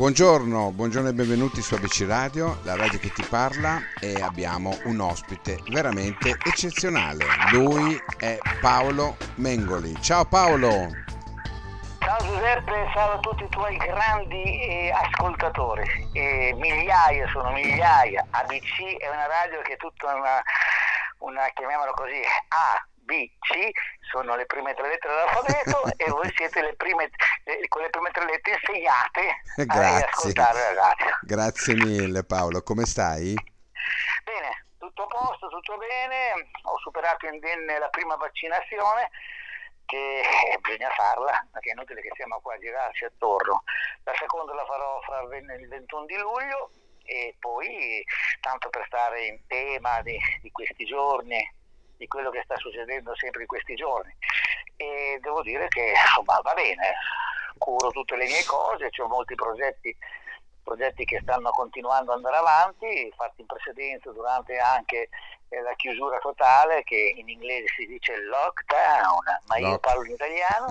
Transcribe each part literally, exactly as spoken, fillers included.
Buongiorno, buongiorno e benvenuti su A B C Radio, la radio che ti parla, e abbiamo un ospite veramente eccezionale. Lui è Paolo Mengoli. Ciao Paolo! Ciao Giuseppe, ciao a tutti i tuoi grandi eh, ascoltatori. Eh, migliaia, sono migliaia. A B C è una radio che è tutta una, una chiamiamola così, A, B, C, sono le prime tre lettere dell'alfabeto e voi siete le prime, eh, con le prime tre lettere insegnate a ascoltare la radio. Grazie mille Paolo, come stai? Bene, tutto a posto, tutto bene, ho superato indenne la prima vaccinazione, che bisogna farla, perché è inutile che siamo qua a girarci attorno. La seconda la farò fra il ventuno di luglio e poi, tanto per stare in tema di, di questi giorni, di quello che sta succedendo sempre in questi giorni, e devo dire che insomma, va bene, curo tutte le mie cose, ho molti progetti progetti che stanno continuando ad andare avanti, fatti in precedenza durante anche eh, la chiusura totale, che in inglese si dice lockdown, ma Lock. io parlo in italiano.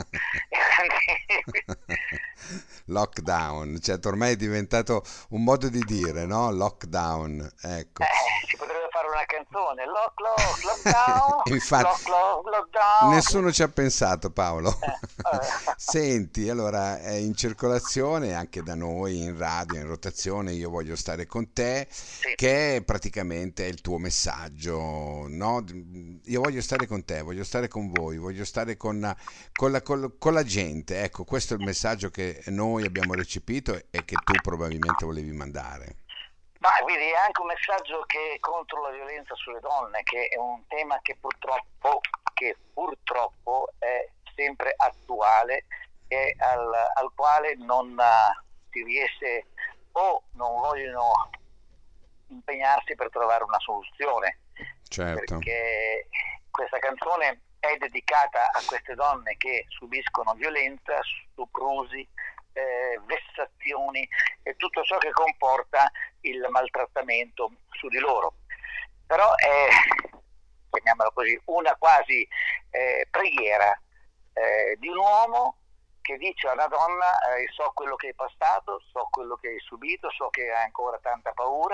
Lockdown, certo, ormai è diventato un modo di dire, no? Lockdown, ecco. Eh, si potrebbe fare una canzone, lock, lock, lockdown, Infatti, lock, lock, lockdown. Nessuno ci ha pensato, Paolo. Eh, Senti, allora è in circolazione anche da noi in radio, in rotazione, Io voglio stare con te, sì. Che è praticamente il tuo messaggio, no? Io voglio stare con te, voglio stare con voi, voglio stare con, con, la, con, con la gente, ecco, questo è il messaggio che noi abbiamo recepito e che tu probabilmente volevi mandare. Ma vedi, è anche un messaggio che è contro la violenza sulle donne, che è un tema che purtroppo, che purtroppo è sempre attuale e al, al quale non uh, si riesce o non vogliono impegnarsi per trovare una soluzione. Certo. Perché questa canzone è dedicata a queste donne che subiscono violenza, soprusi, eh, vessazioni e tutto ciò che comporta il maltrattamento su di loro. Però è, chiamiamola così, una quasi eh, preghiera eh, di un uomo che dice a una donna eh, so quello che hai passato, so quello che hai subito, so che hai ancora tanta paura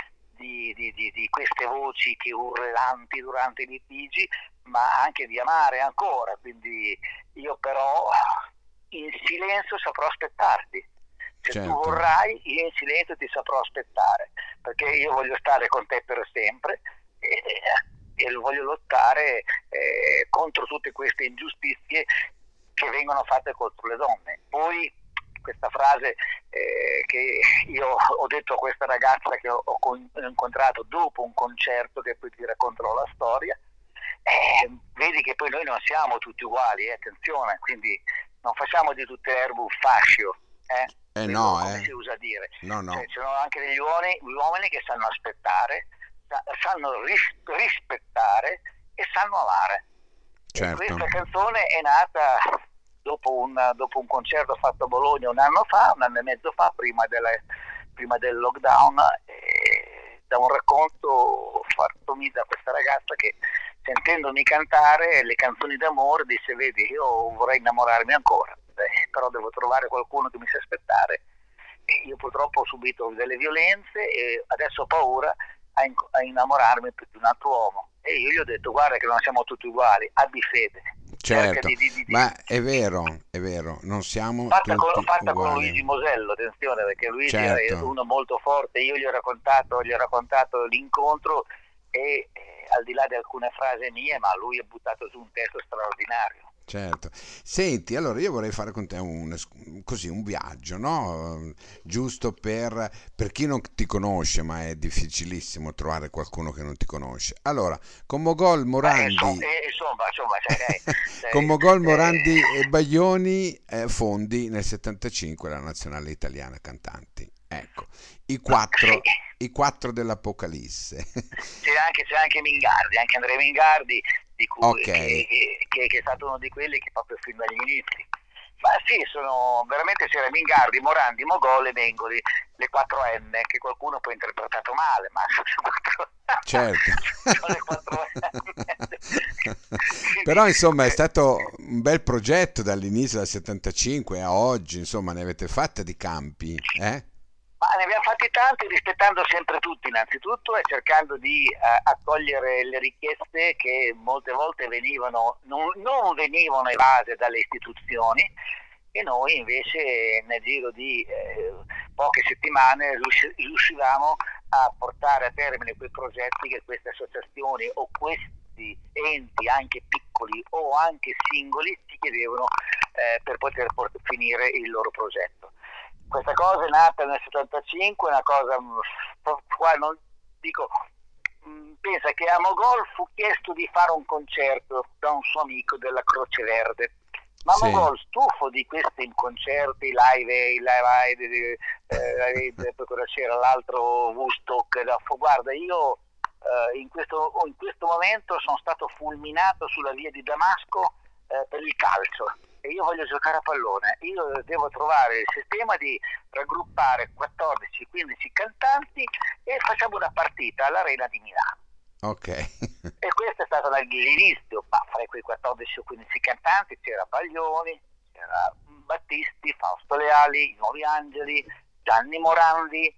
di, di, di, di queste voci che urlanti durante i litigi, ma anche di amare ancora. Quindi io però in silenzio saprò aspettarti. Se Certo. tu vorrai, io in silenzio ti saprò aspettare, perché io voglio stare con te per sempre e, e voglio lottare eh, contro tutte queste ingiustizie che vengono fatte contro le donne. Poi questa frase eh, che io ho detto a questa ragazza che ho, ho incontrato dopo un concerto, che poi ti racconterò la storia, eh, vedi che poi noi non siamo tutti uguali, eh, attenzione, quindi non facciamo di tutte le erbe un fascio, eh? Eh Quello, no, come eh. si usa dire. No, no. Cioè, ci sono anche degli uomini, uomini che sanno aspettare, sanno ris- rispettare e sanno amare. Certo. E questa canzone è nata dopo un, dopo un concerto fatto a Bologna un anno fa, un anno e mezzo fa, prima, delle, prima del lockdown, e da un racconto fattomi da questa ragazza che, sentendomi cantare le canzoni d'amore, disse: vedi, io vorrei innamorarmi ancora, eh, però devo trovare qualcuno che mi sa aspettare. E io purtroppo ho subito delle violenze e adesso ho paura a, in- a innamorarmi di un altro uomo. E io gli ho detto: guarda che non siamo tutti uguali, abbi fede. Certo, Di, di, di, ma è vero, è vero, non siamo fatta, tutti con, fatta uguali. con Luigi Mosello, attenzione, perché Luigi Certo. è uno molto forte. Io gli ho raccontato, gli ho raccontato l'incontro e eh, al di là di alcune frasi mie, ma lui ha buttato su un testo straordinario. Certo. Senti, allora io vorrei fare con te un, così, un viaggio, no? Giusto per, per chi non ti conosce, ma è difficilissimo trovare qualcuno che non ti conosce. Allora, con Mogol, Morandi, eh, insomma, eh, insomma, insomma cioè, eh, cioè, con Mogol, Morandi eh, e Baglioni eh, fondi nel settantacinque la Nazionale Italiana Cantanti. Ecco, i quattro, sì. i quattro dell'Apocalisse. C'è anche, c'è anche Mingardi, anche Andrea Mingardi, di cui, Okay. che, che, che è stato uno di quelli che proprio fin dagli inizi. Ma sì, sono veramente, c'era Mingardi, Morandi, Mogol e Mengoli, le quattro M, che qualcuno poi ha interpretato male, ma sono quattro Certo. sono le quattro M Quindi, Però insomma è eh, stato un bel progetto dall'inizio del settantacinque a oggi, insomma ne avete fatte di campi, eh? ma ne abbiamo fatti tanti rispettando sempre tutti innanzitutto e cercando di eh, accogliere le richieste che molte volte venivano, non, non venivano evase dalle istituzioni e noi invece nel giro di eh, poche settimane riusci- riuscivamo a portare a termine quei progetti che queste associazioni o questi enti anche piccoli o anche singoli ci chiedevano eh, per poter port- finire il loro progetto. Questa cosa è nata nel settantacinque, una cosa qua non dico, pensa che a Mogol fu chiesto di fare un concerto da un suo amico della Croce Verde, ma Sì, Mogol, stufo di questi concerti live aid, live aid, eh, live aid, poi cosa c'era l'altro Woodstock, guarda io eh, in, questo, in questo momento sono stato fulminato sulla via di Damasco eh, per il calcio e io voglio giocare a pallone, io devo trovare il sistema di raggruppare quattordici quindici cantanti e facciamo una partita all'Arena di Milano. ok. E questo è stato l'inizio, ma fra quei quattordici o quindici cantanti c'era Baglioni, c'era Battisti, Fausto Leali, i Nuovi Angeli, Gianni Morandi,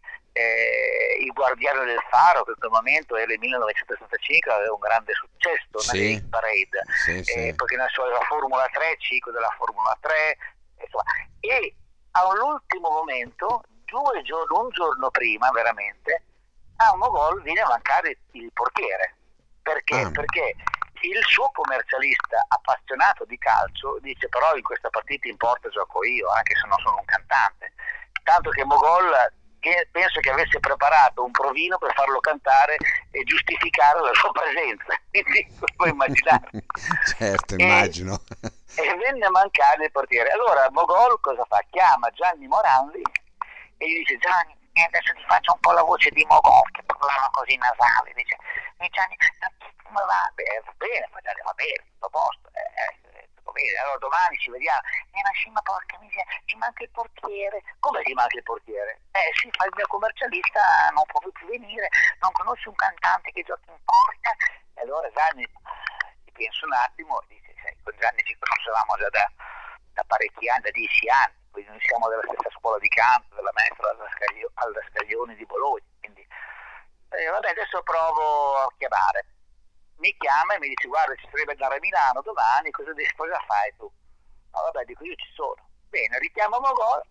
eh, il Guardiano del Faro, che in quel momento era il millenovecentosessantacinque, aveva un grande successo nelle Sì, hit parade, sì, eh, sì. perché ne so, la Formula tre, Cico della Formula tre, insomma. E all'ultimo momento, due giorni, un giorno prima veramente, a Mogol viene a mancare il portiere. Perché? Ah, Perché il suo commercialista appassionato di calcio dice però in questa partita in porta gioco io, anche se non sono un cantante. Tanto che Mogol che penso che avesse preparato un provino per farlo cantare e giustificare la sua presenza. Quindi puoi immaginare. certo, E, immagino. e venne a mancare il portiere. Allora Mogol cosa fa? Chiama Gianni Morandi e gli dice Gianni, adesso ti faccio un po' la voce di Mogol che parlava così nasale. Dice, e Gianni, come va? Beh, va bene, va bene, va bene, tutto a posto. Eh, eh, tutto bene. Allora domani ci vediamo. E ma sì, ma porca miseria, ci manca il portiere. Come ci manca il portiere? Eh sì, fa il mio commercialista, non può più venire, non conosci un cantante che giochi in porta? E allora Gianni ci pensa un attimo e dice, sai, con Gianni ci conoscevamo già da, da parecchi anni, da dieci anni, quindi noi siamo della stessa scuola di canto, della maestra alla, Scaglio, alla Scaglioni di Bologna, quindi eh, vabbè adesso provo a chiamare. Mi chiama e mi dice guarda ci sarebbe andare a Milano domani, cosa, cosa fai tu? No vabbè dico io ci sono. Bene, richiamo Mogol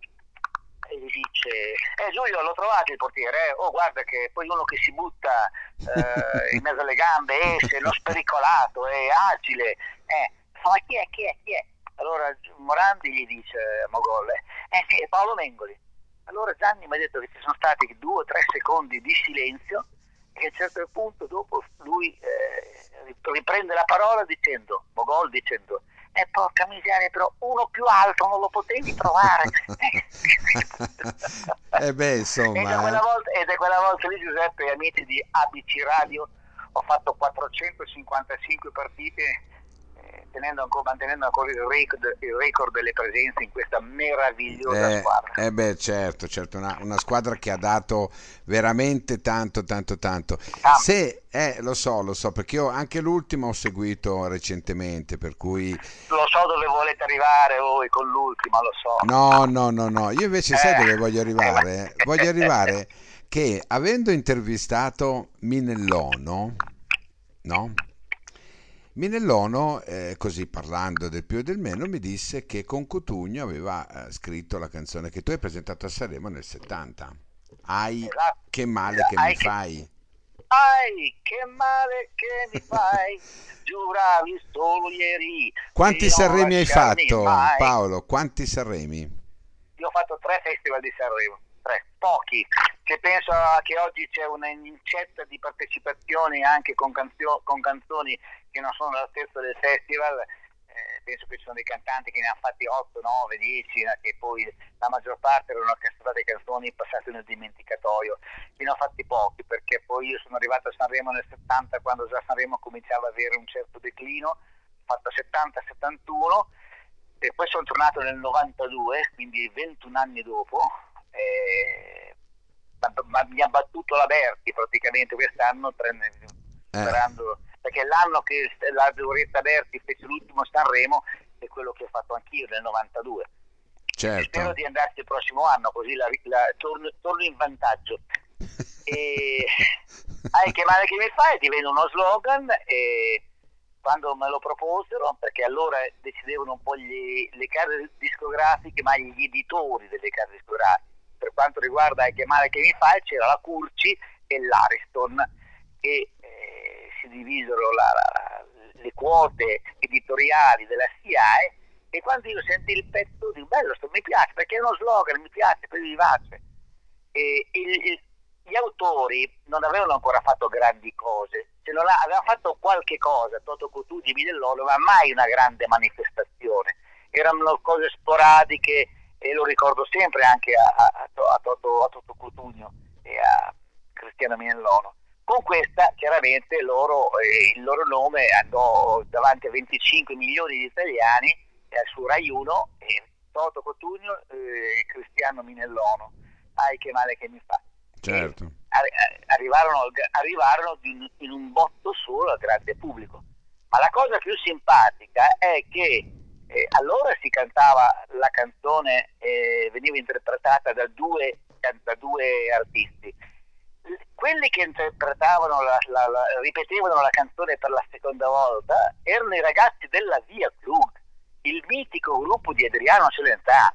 e gli dice eh Giulio l'ho trovato il portiere, eh? Oh guarda che poi uno che si butta eh, in mezzo alle gambe esce, non spericolato, è agile, eh. Ma chi è, chi è, chi è? Allora Morandi gli dice a Mogol eh sì è Paolo Mengoli. Allora Gianni mi ha detto che ci sono stati due o tre secondi di silenzio e a un certo punto dopo lui eh, riprende la parola dicendo, Mogol dicendo eh porca miseria però uno più alto non lo potevi trovare. Eh beh, E da insomma, quella eh. volta, e da quella volta lì Giuseppe e amici di A B C Radio ho fatto quattrocentocinquantacinque partite eh, tenendo ancora, mantenendo ancora il record, il record delle presenze in questa meravigliosa Eh, squadra. eh beh, certo, certo, una, una squadra che ha dato veramente tanto, tanto, tanto. Tanto. Se, eh, lo so, lo so, perché io anche l'ultimo ho seguito recentemente, per cui Lo so dove volete arrivare voi con l'ultima, lo so. no, no, no, no, io invece sai dove voglio Eh, eh, ma... arrivare? Voglio arrivare che avendo intervistato Minellono, no? Minellono, eh, così parlando del più e del meno, mi disse che con Cotugno aveva eh, scritto la canzone che tu hai presentato a Sanremo nel settanta. Ai, esatto. che male che Esatto. mi Ai, che... fai. Ai, che male che mi fai, giuravi solo ieri di Quanti non Sanremi hai lasciarmi fatto, mai. Paolo? Quanti Sanremi? Io ho fatto tre festival di Sanremo, tre, pochi, che penso che oggi c'è una incetta di partecipazioni anche con, canzio- con canzoni che non sono all'altezza del festival. Eh, penso che ci sono dei cantanti che ne hanno fatti otto, nove, dieci, che poi la maggior parte erano state canzoni passate nel dimenticatoio. Io ne ho fatti pochi perché poi io sono arrivato a Sanremo nel settanta quando già Sanremo cominciava ad avere un certo declino, ho fatto settanta settantuno e poi sono tornato nel novantadue, quindi ventuno anni dopo, e... ma, ma mi ha battuto la Berti praticamente quest'anno, Eh, superando perché l'anno che la Doretta Berti fece l'ultimo Sanremo è quello che ho fatto anch'io nel novantadue. E spero Certo. di andarci il prossimo anno, così la, la, torno, torno in vantaggio. E ah, che male che mi fai divenne uno slogan, e quando me lo proposero, perché allora decidevano un po' gli, le case discografiche, ma gli editori delle case discografiche. Per quanto riguarda Che male che mi fai, c'era la Curci e l'Ariston, che eh, si divisero la, la, le quote editoriali della S I A E, e quando io senti il pezzo dico bello, sto, mi piace, perché è uno slogan, mi piace, poi vivace. E il, il, gli autori non avevano ancora fatto grandi cose, se non ha, avevano fatto qualche cosa, Toto Cutugno, Milellolo, ma mai una grande manifestazione, erano cose sporadiche, e lo ricordo sempre anche a, a, a, Toto, a Toto Cutugno e a Cristiano Minellono. Con questa chiaramente loro, eh, il loro nome andò davanti a venticinque milioni di italiani, eh, su Rai uno, eh, Toto Cutugno e eh, Cristiano Minellono. Ai che male che mi fa. E Certo. arrivarono, arrivarono in un botto solo al grande pubblico. Ma la cosa più simpatica è che eh, allora si cantava la canzone, eh, veniva interpretata da due, da due artisti. Quelli che interpretavano la, la, la, ripetevano la canzone per la seconda volta erano i ragazzi della Via Klug, il mitico gruppo di Adriano Celentano,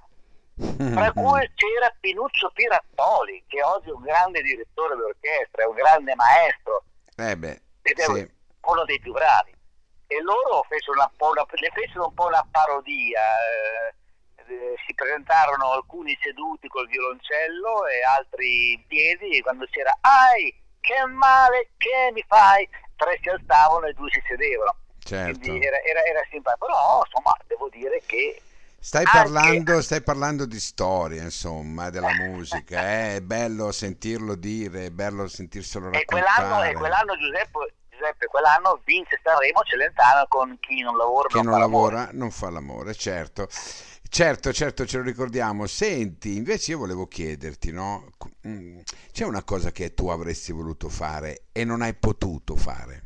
tra cui c'era Pinuccio Pirattoli, che oggi è un grande direttore d'orchestra, è un grande maestro, Eh beh, ed è sì. uno dei più bravi. E loro fecero una, una, ne fecero un po' una parodia, eh, eh, si presentarono alcuni seduti col violoncello e altri in piedi, e quando c'era ai che male che mi fai, tre si alzavano e due si sedevano. Certo. Quindi era, era, era simpatico, però insomma devo dire che Stai anche... parlando, stai parlando di storia, insomma, della musica, eh? È bello sentirlo dire, è bello sentirselo E quell'anno, raccontare. e quell'anno Giuseppe, Giuseppe, quell'anno vinse Sanremo Celentano con Chi non lavora Che non non fa l'amore. lavora non fa l'amore, certo. Certo, certo, ce lo ricordiamo. Senti, invece io volevo chiederti, no? Mm, C'è una cosa che tu avresti voluto fare e non hai potuto fare?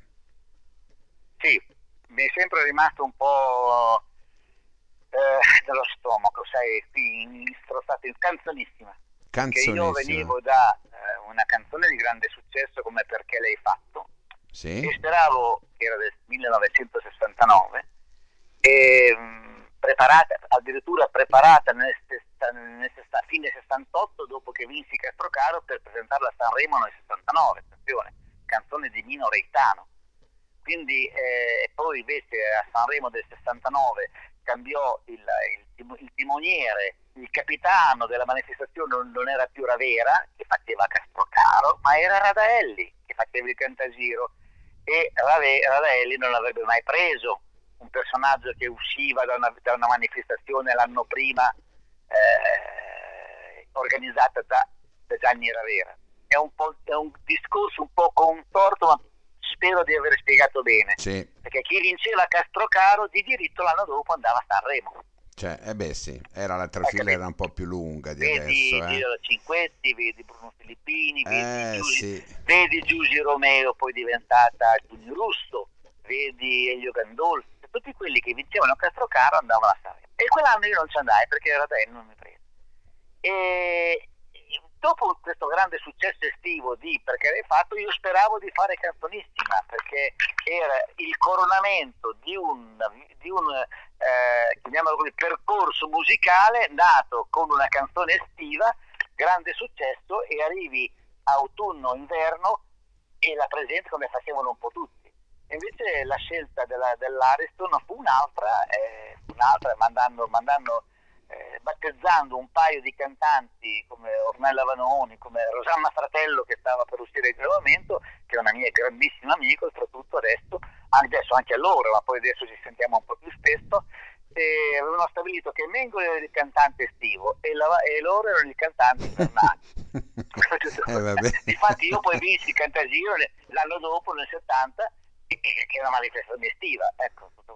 Sì, mi è sempre rimasto un po' eh, nello stomaco, sai, qui strozzato, in canzonissima. Perché io Canzonissima. venivo da eh, una canzone di grande successo come Perché l'hai fatto, Sì? e speravo, che era del millenovecentosessantanove, e mh, preparata, addirittura preparata nel, sesta, nel sesta, fine sessantotto, dopo che vinsi Castrocaro, per presentarla a Sanremo nel sessantanove, attenzione, canzone di Nino Reitano. Quindi eh, poi invece a Sanremo del sessantanove cambiò il, il, il timoniere, il capitano della manifestazione non, non era più Ravera, che faceva Castrocaro, ma era Radaelli, che faceva il Cantagiro, e Rave, Radaelli non avrebbe mai preso un personaggio che usciva da una, da una manifestazione l'anno prima eh, organizzata da, da Gianni Ravera. È un, po', è un discorso un po' contorto, ma spero di aver spiegato bene. Sì. Perché chi vinceva Castrocaro di diritto l'anno dopo andava a Sanremo. Cioè, eh beh sì, era la trafila era un po' più lunga di vedi adesso, eh? Giro Cinquetti, vedi Bruno Filippini, vedi, Eh Giusi, sì. vedi Giusy Romeo, poi diventata Giugno Russo, vedi Elio Gandolfi, tutti quelli che vincevano Castrocaro andavano a Sanremo. E quell'anno io non ci andai perché era da non mi prese. E dopo questo grande successo estivo di Perché l'hai fatto, io speravo di fare Canzonissima, perché era il coronamento di un, di un eh, chiamiamolo così, percorso musicale nato con una canzone estiva, grande successo, e arrivi autunno, inverno e la presenti come facevano un po' tutti. E invece la scelta della, dell'Ariston fu un'altra, eh, un'altra mandando, mandando Eh, battezzando un paio di cantanti come Ornella Vanoni, come Rosanna Fratello, che stava per uscire in quel momento, che è una mia grandissima amica, oltretutto adesso, adesso anche allora, ma poi adesso ci sentiamo un po' più spesso, e avevano stabilito che Mengo era il cantante estivo e, la, e loro erano i cantanti invernali. eh, vabbè. Infatti io poi vinsi il Cantagiro l'anno dopo, nel settanta, che è una manifestazione estiva, ecco.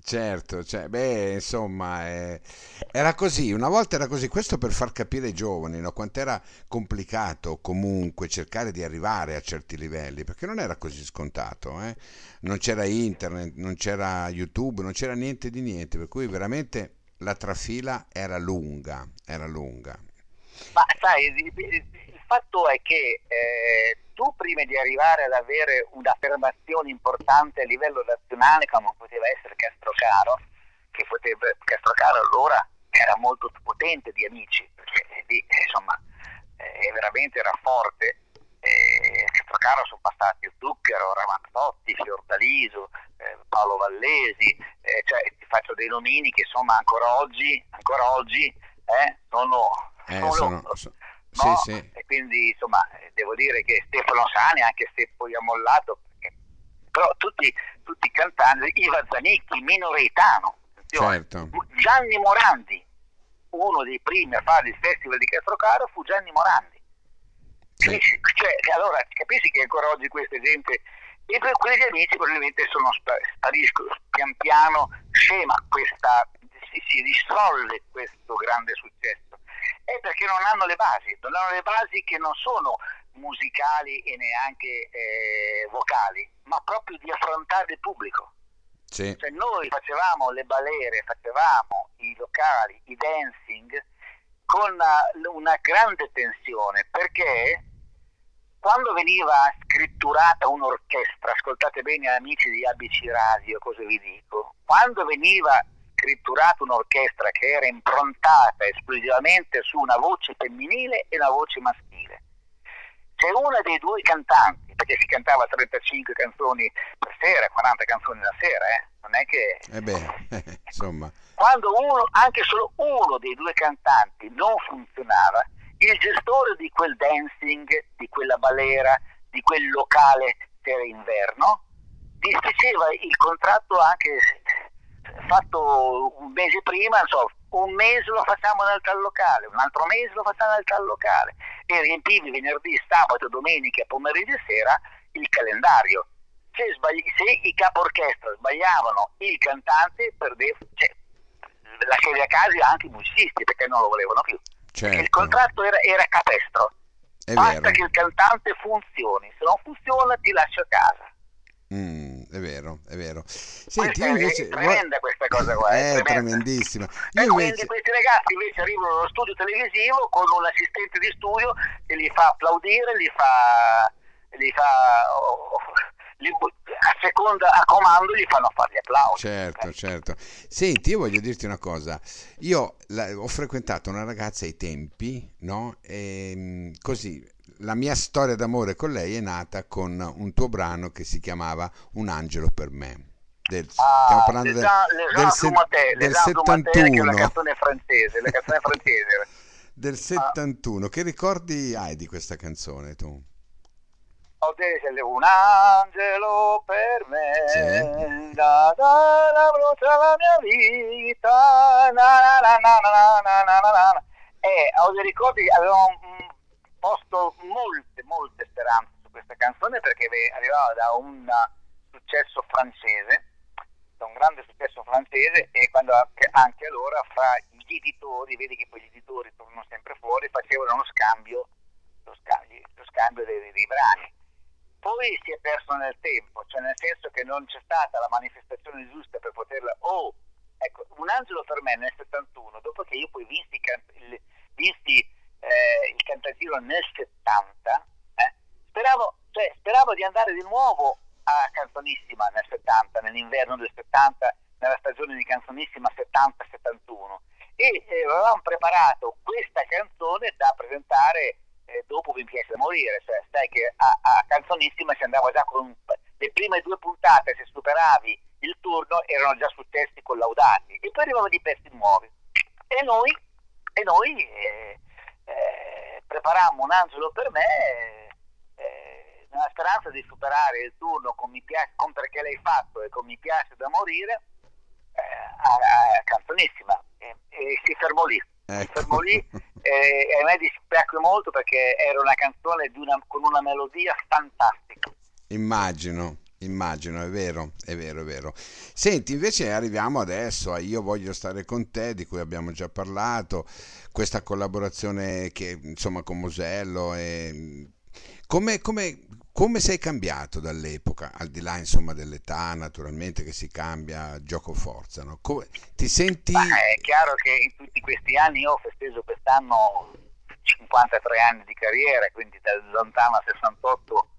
Certo, cioè, beh, insomma, eh, era così, una volta era così, questo per far capire ai giovani, no, quanto era complicato comunque cercare di arrivare a certi livelli, perché non era così scontato, eh. Non c'era internet, non c'era YouTube, non c'era niente di niente, per cui veramente la trafila era lunga, era lunga. Ma sai, il, il fatto è che eh, tu prima di arrivare ad avere un'affermazione importante a livello nazionale, come poteva essere Castrocaro, che poteva, Castrocaro allora era molto più potente di Amici, perché lì insomma eh, veramente era forte. Eh, Castrocaro sono passati Zucchero, Ramazzotti, Fiordaliso, eh, Paolo Vallesi, eh, cioè ti faccio dei nomini che insomma ancora oggi, ancora oggi eh, sono, Eh, sono sono, so- sì, no? sì, E quindi insomma eh, devo dire che Stefano Sani, anche se poi ha mollato, perché, però tutti, tutti i cantanti, Iva Zanicchi, Mino Reitano, attenzione, certo, Gianni Morandi, uno dei primi a fare il festival di Castrocaro fu Gianni Morandi. sì, Cioè, allora capisci che ancora oggi questa gente e per quelli amici probabilmente sono spariscono pian piano, scema questa, si, si dissolve questo grande successo. È perché non hanno le basi, non hanno le basi che non sono musicali e neanche eh, vocali, ma proprio di affrontare il pubblico. sì, Cioè noi facevamo le balere, facevamo i locali, i dancing con una, una grande tensione, perché quando veniva scritturata un'orchestra, ascoltate bene amici di A B C Radio cosa vi dico, quando veniva scritturata un'orchestra che era improntata esclusivamente su una voce femminile e una voce maschile, se una dei due cantanti, perché si cantava trentacinque canzoni per sera, quaranta canzoni la sera, eh, non è che... e beh, insomma, Quando uno, anche solo uno dei due cantanti non funzionava, il gestore di quel dancing, di quella balera, di quel locale se era inverno, disfaceva il contratto anche fatto un mese prima, non so, un mese lo facciamo nel tal locale, un altro mese lo facciamo nel tal locale e riempivi venerdì, sabato, domenica, pomeriggio e sera il calendario. Se, sbagli- se i capo orchestra sbagliavano il cantante, perdeva, cioè, lasciavi a casa anche i musicisti perché non lo volevano più. Perché il certo, contratto era, era capestro. è Basta vero. che il cantante funzioni, se non funziona ti lascio a casa. Mm, è vero, è vero. Senti, Questa io è, è invece... vo- tremenda questa cosa qua, è È tremenda. tremendissima. E Io quindi invece... questi ragazzi invece arrivano allo studio televisivo con un assistente di studio che li fa applaudire, li fa, li fa oh, li, a seconda, a comando gli fanno fare gli applausi. Certo, Eh. certo. Senti, io voglio dirti una cosa. Io la- ho frequentato una ragazza ai tempi, no? E mm, così la mia storia d'amore con lei è nata con un tuo brano che si chiamava Un angelo per me. Del- stiamo Ah, parlando Les del, Gens, Les del, Gens du se- Matin, Les del Gens du Matin, che è una settantuno. canzone francese, la canzone francese. Del Ah, settantuno. Che ricordi hai di questa canzone tu? ho detto, un angelo per Sì? me, da, da, da, brucia la mia vita, na, na, na, na, na, na, na, na. E ho dei ricordi, avevo mm, posto molte, molte speranze su questa canzone perché ve- arrivava da un successo francese, da un grande successo francese e quando anche, anche allora fra gli editori, vedi che poi gli editori tornano sempre fuori, facevano uno scambio, lo scambio, lo scambio dei, dei brani. Poi si è perso nel tempo, cioè nel senso che non c'è stata la manifestazione giusta per poterla... Oh, ecco, un angelo per me nel settantuno, dopo che io poi vinsi, il, can- il- vinsi eh, il Cantagiro nel settanta, eh, speravo, cioè, speravo di andare di nuovo a Canzonissima nel settanta, nell'inverno del settanta, nella stagione di Canzonissima settanta settantuno e eh, avevamo preparato questa canzone da presentare eh, dopo Mi piace da morire, cioè sai che a, a Canzonissima si andava già con le prime due puntate, se superavi il turno erano già successi collaudati e poi arrivavano di pezzi nuovi e noi, e noi eh, eh, preparammo un angelo per me eh, nella speranza di superare il turno con, mi piace, con Perché l'hai fatto e con Mi piace da morire eh, a, a Canzonissima e, e si fermò lì si fermò Ecco. lì e, e a me dispiacque molto perché era una canzone di una, con una melodia fantastica. Immagino, Immagino, è vero, è vero, è vero. Senti, invece arriviamo adesso a Io voglio stare con te, di cui abbiamo già parlato, questa collaborazione che insomma con Musello e come, come, come sei cambiato dall'epoca, al di là insomma dell'età naturalmente che si cambia, gioco forza, no? Come, ti Ma senti. è chiaro che in tutti questi anni io ho festeggio quest'anno cinquantatré anni di carriera, quindi dal lontano sessantotto,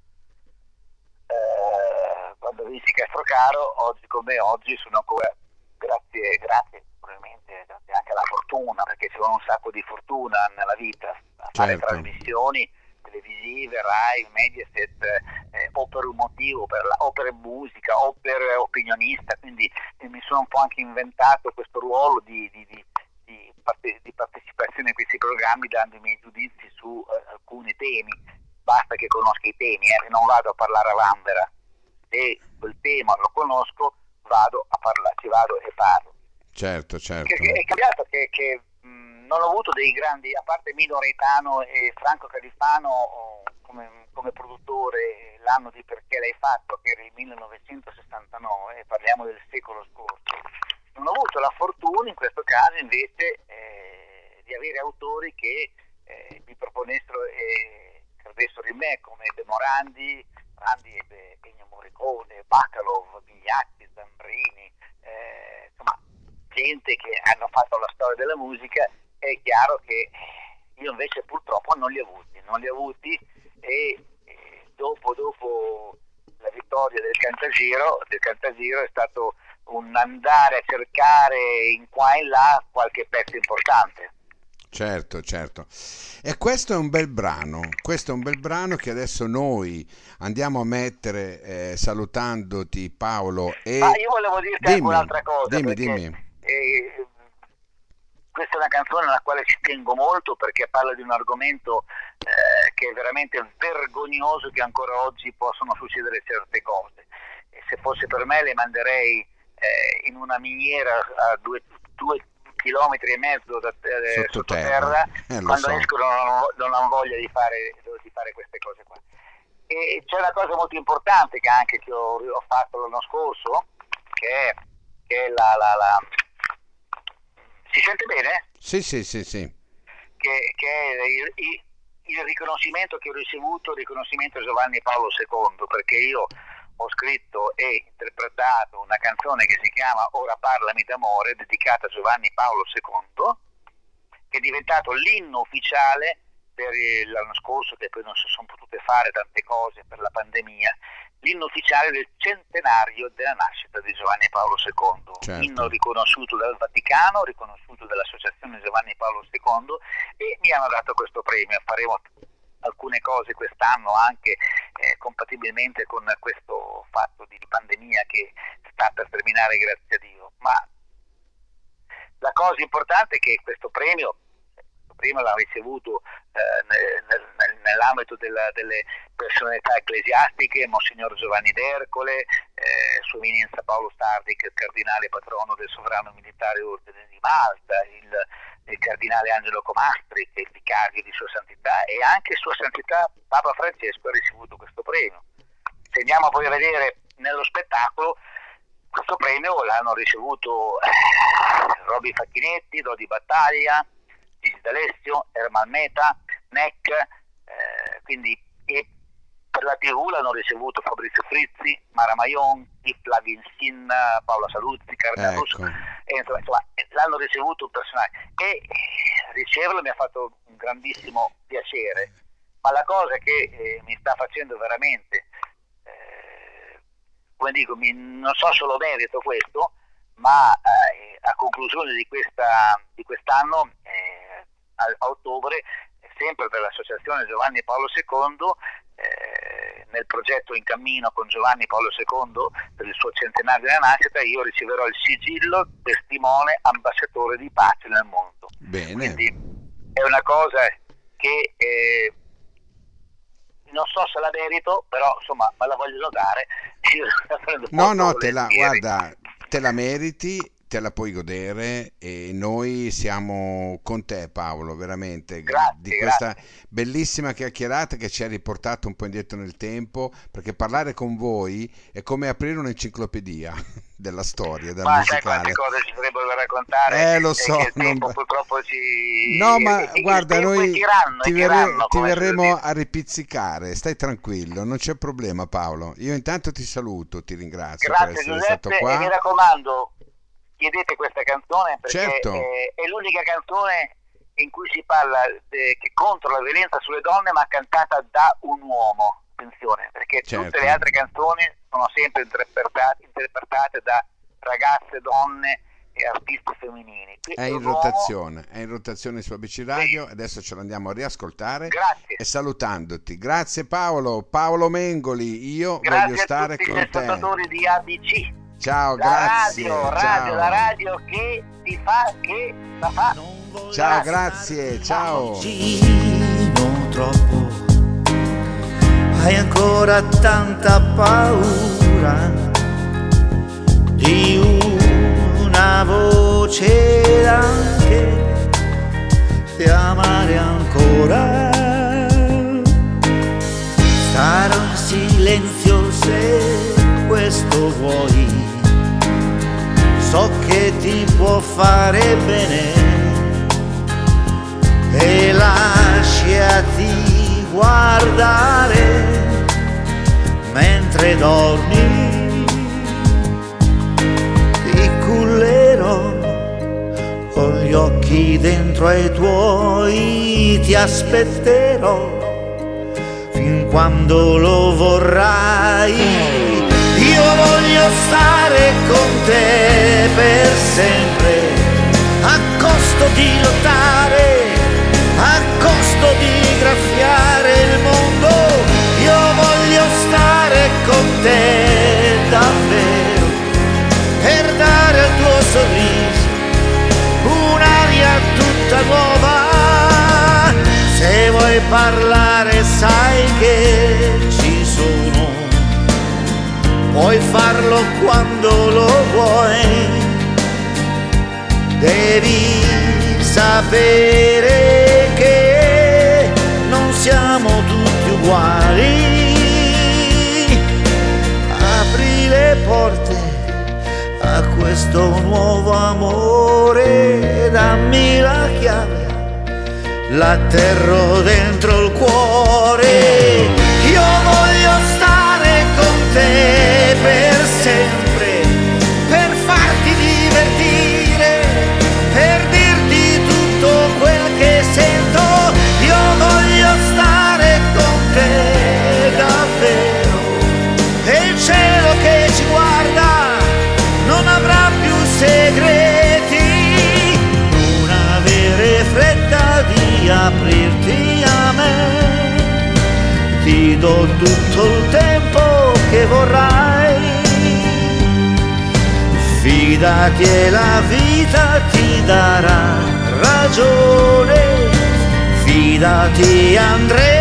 eh, quando vinsi Castrocaro, oggi come oggi sono ancora, grazie, grazie, probabilmente grazie anche alla fortuna, perché ci vuole un sacco di fortuna nella vita, a fare Certo, trasmissioni televisive, Rai, Mediaset, eh, o per un motivo, per la, o per musica, o per opinionista, quindi eh, mi sono un po' anche inventato questo ruolo di, di, di, di, parte, di partecipazione a questi programmi, dando i miei giudizi su eh, alcuni temi. Basta che conosca i temi, eh, non vado a parlare a vanvera. Se quel tema lo conosco, vado a parlare, ci vado e parlo. certo, Che, certo. che è cambiato che, che mh, non ho avuto dei grandi, a parte Mino Reitano e Franco Califano oh, come, come produttore l'anno di Perché l'hai fatto, che era il millenovecentosessantanove, parliamo del secolo scorso. Non ho avuto la fortuna in questo caso invece eh, di avere autori che eh, mi proponessero e credessero in me, come De Morandi, Morandi ebbe Ennio Morricone, Bacalov, Vigliacchi, Zambrini, eh, insomma gente che hanno fatto la storia della musica. È chiaro che io invece purtroppo non li ho avuti, non li ho avuti e, e dopo, dopo la vittoria del Cantagiro, del Cantagiro è stato un andare a cercare in qua e in là qualche pezzo importante. Certo, certo. E questo è un bel brano, questo è un bel brano che adesso noi andiamo a mettere eh, salutandoti Paolo Ma e io volevo dirti anche dimmi, un'altra cosa, dimmi, perché dimmi. eh, questa è una canzone alla quale ci tengo molto, perché parla di un argomento eh, che è veramente vergognoso, che ancora oggi possono succedere certe cose. E se fosse per me le manderei eh, in una miniera a due, due chilometri e mezzo da, eh, Sottoterra, sottoterra, eh lo quando so, escono non, non hanno voglia di fare, di fare queste cose qua. E c'è una cosa molto importante che anche che ho, ho fatto l'anno scorso, che è, che è la, la, la... Si sente bene? sì, sì, sì, sì, Che, che è il, il, il riconoscimento che ho ricevuto, il riconoscimento a Giovanni Paolo secondo, perché io ho scritto e interpretato una canzone che si chiama Ora parlami d'amore, dedicata a Giovanni Paolo secondo, che è diventato l'inno ufficiale per l'anno scorso, che poi non si sono potute fare tante cose per la pandemia, l'inno ufficiale del centenario della nascita di Giovanni Paolo secondo, inno certo. riconosciuto dal Vaticano, riconosciuto dall'Associazione Giovanni Paolo secondo, e mi hanno dato questo premio. Faremo alcune cose quest'anno anche eh, compatibilmente con questo fatto di pandemia che sta per terminare, grazie a Dio. Ma la cosa importante è che questo premio prima l'ha ricevuto eh, nel, nel, nell'ambito della, delle personalità ecclesiastiche, Monsignor Giovanni d'Ercole, eh, Sua Eminenza Paolo Sardi, che è il cardinale patrono del Sovrano Militare Ordine di Malta, il, il cardinale Angelo Comastri, che è il vicario di Sua Santità, e anche Sua Santità Papa Francesco ha ricevuto questo premio. Se andiamo poi a vedere nello spettacolo, questo premio l'hanno ricevuto eh, Roby Facchinetti, Dodi Battaglia, Gigi D'Alessio, Ermal Meta, N E C, eh, quindi e per la tivù l'hanno ricevuto Fabrizio Frizzi, Mara Maionchi, Flavio Insinna, Paola Saluzzi, Carmela Russo, Ecco, e, insomma, insomma, l'hanno ricevuto un personaggio e riceverlo mi ha fatto un grandissimo piacere, ma la cosa che eh, mi sta facendo veramente, eh, come dico, mi, non so se lo merito questo, ma eh, a conclusione di, questa, di quest'anno, eh, a, a ottobre, sempre per l'associazione Giovanni Paolo secondo, eh, nel progetto In Cammino con Giovanni Paolo secondo per il suo centenario della nascita, io riceverò il sigillo testimone ambasciatore di pace nel mondo. bene. Quindi è una cosa che eh, non so se la merito, però insomma me la vogliono dare, io la prendo No, molto no, te la, volentieri. guarda, te la meriti te la puoi godere e noi siamo con te, Paolo, veramente, Grazie, di questa grazie. bellissima chiacchierata che ci ha riportato un po' indietro nel tempo, perché parlare con voi è come aprire un'enciclopedia della storia, della Ma sai quante musicale. cose ci sarebbero da raccontare Eh, lo e che so, il non... tempo purtroppo ci... No, e- ma e- il guarda, tempo è noi tiranno, è ti, verre- tiranno, ti come si suol verremo dire. a ripizzicare, stai tranquillo, non c'è problema, Paolo. Io intanto ti saluto, ti ringrazio per Grazie essere stato Giuseppe e mi qua. raccomando, chiedete questa canzone perché Certo, è, è l'unica canzone in cui si parla eh, che contro la violenza sulle donne ma cantata da un uomo. Attenzione, perché tutte le certo. altre canzoni sono sempre interpretate, interpretate da ragazze, donne e artisti femminili. Qui È è in un uomo. rotazione, è in rotazione su A B C Sì, Radio, adesso ce l'andiamo a riascoltare grazie. e salutandoti. Grazie Paolo, Paolo Mengoli, io voglio Grazie a stare tutti gli con te. ascoltatori di A B C. Ciao, La radio, grazie, radio, la ciao. radio che ti fa, che la fa. Ciao, Grazie. grazie, ciao. Vicino troppo, hai ancora tanta paura di una voce anche di amare ancora. Starò in silenzio se questo vuoi, so che ti può fare bene e lasciati guardare mentre dormi. Ti cullerò con gli occhi dentro ai tuoi, ti aspetterò fin quando lo vorrai. Io voglio stare con te per sempre, a costo di lottare, a costo di graffiare il mondo. Io voglio stare con te davvero, per dare al tuo sorriso un'aria tutta nuova. Se vuoi parlare sai che ci sono, puoi farlo quando lo vuoi. Devi sapere che non siamo tutti uguali. Apri le porte a questo nuovo amore, dammi la chiave, l'atterro dentro il cuore. Io voglio stare con te per sempre, per farti divertire, per dirti tutto quel che sento. Io voglio stare con te davvero, e il cielo che ci guarda non avrà più segreti. Non avere fretta di aprirti a me, ti do tutto il tempo che vorrai. Fidati e la vita ti darà ragione, fidati Andrea.